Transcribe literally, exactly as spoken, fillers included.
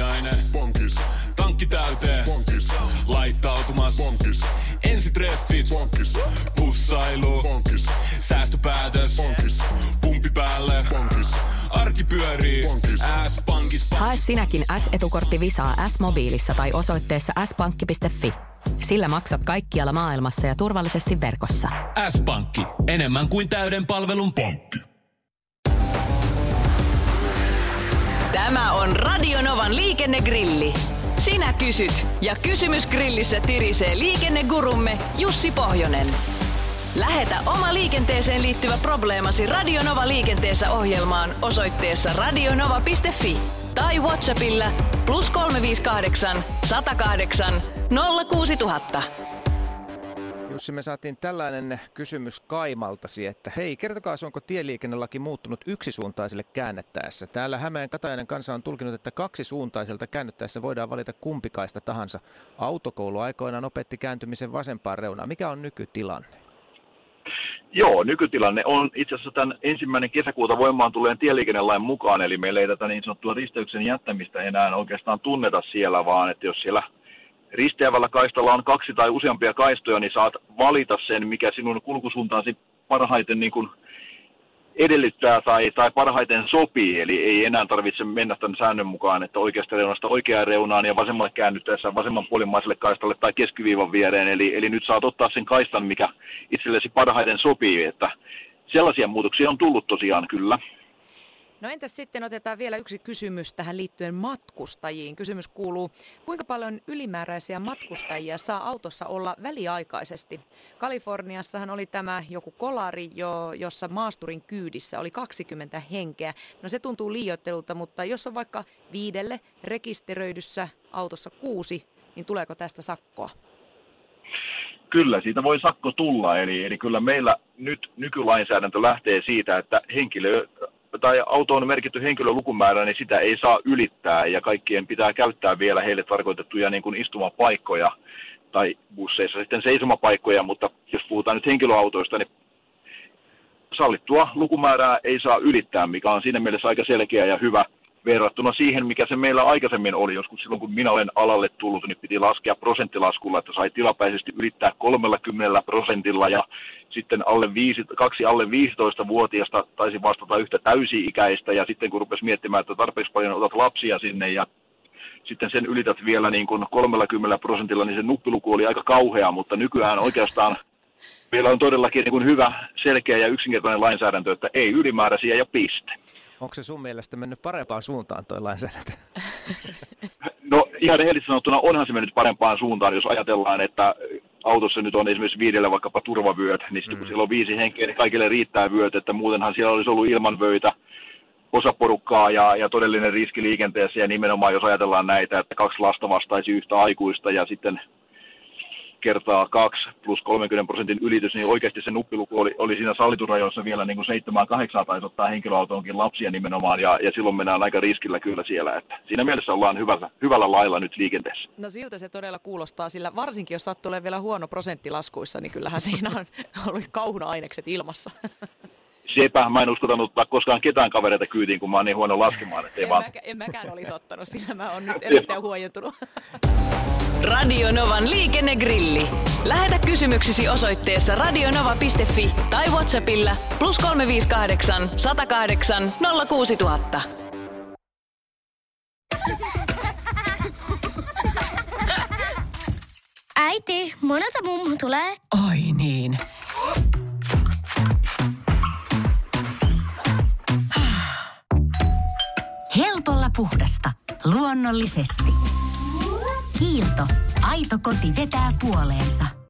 aamiainen. Bonkis. Tankki täyteen. Bonkis. Laittautumas. Bonkis. Ensitreffit. Bonkis. Pussailu. Bonkis. Säästöpäätös. Bonkis. Pumpi päälle. Bonkis. Arki pyörii. Bonkis. S-pankis. Hae sinäkin S-etukortti Visaa S-mobiilissa tai osoitteessa s pankki piste fi. Sillä maksat kaikkialla maailmassa ja turvallisesti verkossa. S-pankki. Enemmän kuin täyden palvelun pankki. Tämä on Radio Novan liikennegrilli. Sinä kysyt ja kysymys grillissä tirisee liikennegurumme Jussi Pohjonen. Lähetä oma liikenteeseen liittyvä probleemasi Radio Nova liikenteessä ohjelmaan osoitteessa radionova piste fi tai WhatsAppilla plus kolme viisi kahdeksan, sata kahdeksan, nolla kuusi nolla nolla nolla. Jussi, me saatiin tällainen kysymys Kaimaltasi, että hei, kertokaa, onko tieliikennelaki muuttunut yksisuuntaiselle käännettäessä? Täällä Hämeen Katajainen kansa on tulkinut, että kaksisuuntaiselta käännettäessä voidaan valita kumpikaista tahansa. Autokoulu aikoinaan opetti kääntymisen vasempaan reunaan. Mikä on nykytilanne? Joo, nykytilanne on itse asiassa tämän ensimmäinen kesäkuuta voimaan tulleen tieliikennelain mukaan, eli meillä ei tätä niin sanottua risteyksen jättämistä enää oikeastaan tunneta siellä, vaan että jos siellä risteävällä kaistalla on kaksi tai useampia kaistoja, niin saat valita sen, mikä sinun kulkusuuntaasi parhaiten niin kuin edellyttää tai, tai parhaiten sopii. Eli ei enää tarvitse mennä tämän säännön mukaan, että oikeasta reunasta oikeaan reunaan ja vasemmalle käännyttäessä vasemman puolimmaiselle kaistalle tai keskiviivan viereen. Eli, eli nyt saat ottaa sen kaistan, mikä itsellesi parhaiten sopii. Että sellaisia muutoksia on tullut tosiaan kyllä. No entäs sitten otetaan vielä yksi kysymys tähän liittyen matkustajiin. Kysymys kuuluu, kuinka paljon ylimääräisiä matkustajia saa autossa olla väliaikaisesti? Kaliforniassahan oli tämä joku kolari, jo, jossa maasturin kyydissä oli kaksikymmentä henkeä. No se tuntuu liioittelulta, mutta jos on vaikka viidelle rekisteröidyssä autossa kuusi, niin tuleeko tästä sakkoa? Kyllä, siitä voi sakko tulla. Eli, eli kyllä meillä nyt nykylainsäädäntö lähtee siitä, että henkilö tai auto on merkitty henkilölukumäärä, niin sitä ei saa ylittää ja kaikkien pitää käyttää vielä heille tarkoitettuja niin kuin istumapaikkoja tai busseissa sitten seisomapaikkoja, mutta jos puhutaan nyt henkilöautoista, niin sallittua lukumäärää ei saa ylittää, mikä on siinä mielessä aika selkeä ja hyvä verrattuna siihen, mikä se meillä aikaisemmin oli. Joskus silloin, kun minä olen alalle tullut, niin piti laskea prosenttilaskulla, että sai tilapäisesti ylittää kolmekymmentä prosentilla ja sitten alle viisi, kaksi alle viisitoista-vuotiaasta taisi vastata yhtä täysi-ikäistä ja sitten kun rupesi miettimään, että tarpeeksi paljon otat lapsia sinne ja sitten sen ylität vielä niin kuin kolmekymmentä prosentilla, niin se nuppiluku oli aika kauhea, mutta nykyään oikeastaan meillä on todellakin niin kuin hyvä, selkeä ja yksinkertainen lainsäädäntö, että ei ylimääräisiä ja piste. Onko se sun mielestä mennyt parempaan suuntaan tuo lainsäädäntö? No ihan rehellisesti sanottuna onhan se mennyt parempaan suuntaan, jos ajatellaan, että autossa nyt on esimerkiksi viidellä vaikkapa turvavyöt, niin sitten mm. kun siellä on viisi henkeä, niin kaikille riittää vyöt, että muutenhan siellä olisi ollut ilman vöitä osaporukkaa ja, ja todellinen riski liikenteessä ja nimenomaan jos ajatellaan näitä, että kaksi lasta vastaisi yhtä aikuista ja sitten kertaa kaksi plus kolmenkymmenen prosentin ylitys, niin oikeasti se nuppiluku oli, oli siinä salliturajoissa vielä niin kuin seitsemän kahdeksan taisi ottaa henkilöautoonkin lapsia nimenomaan, ja, ja silloin mennään aika riskillä kyllä siellä, että siinä mielessä ollaan hyvällä, hyvällä lailla nyt liikenteessä. No siltä se todella kuulostaa, sillä varsinkin jos sattuu olemaan vielä huono prosenttilaskuissa, niin kyllähän siinä on ollut kauhuainekset ilmassa. Sepä, mä en uskaltanut ottaa koskaan ketään kavereita kyytiin, kun mä oon niin huono laskemaan. Että ei en, vaan... mäkään, en mäkään olisi ottanut, sillä mä oon nyt erittäin huojentunut. Radio Novan liikennegrilli. Lähetä kysymyksesi osoitteessa radionova piste fi tai WhatsAppilla plus kolme viisi kahdeksan, sata kahdeksan, nolla kuusi nolla nolla nolla. Äiti, monelta mummu tulee? Oi niin. Helpolla puhdasta. Luonnollisesti. Kiilto. Aito koti vetää puoleensa.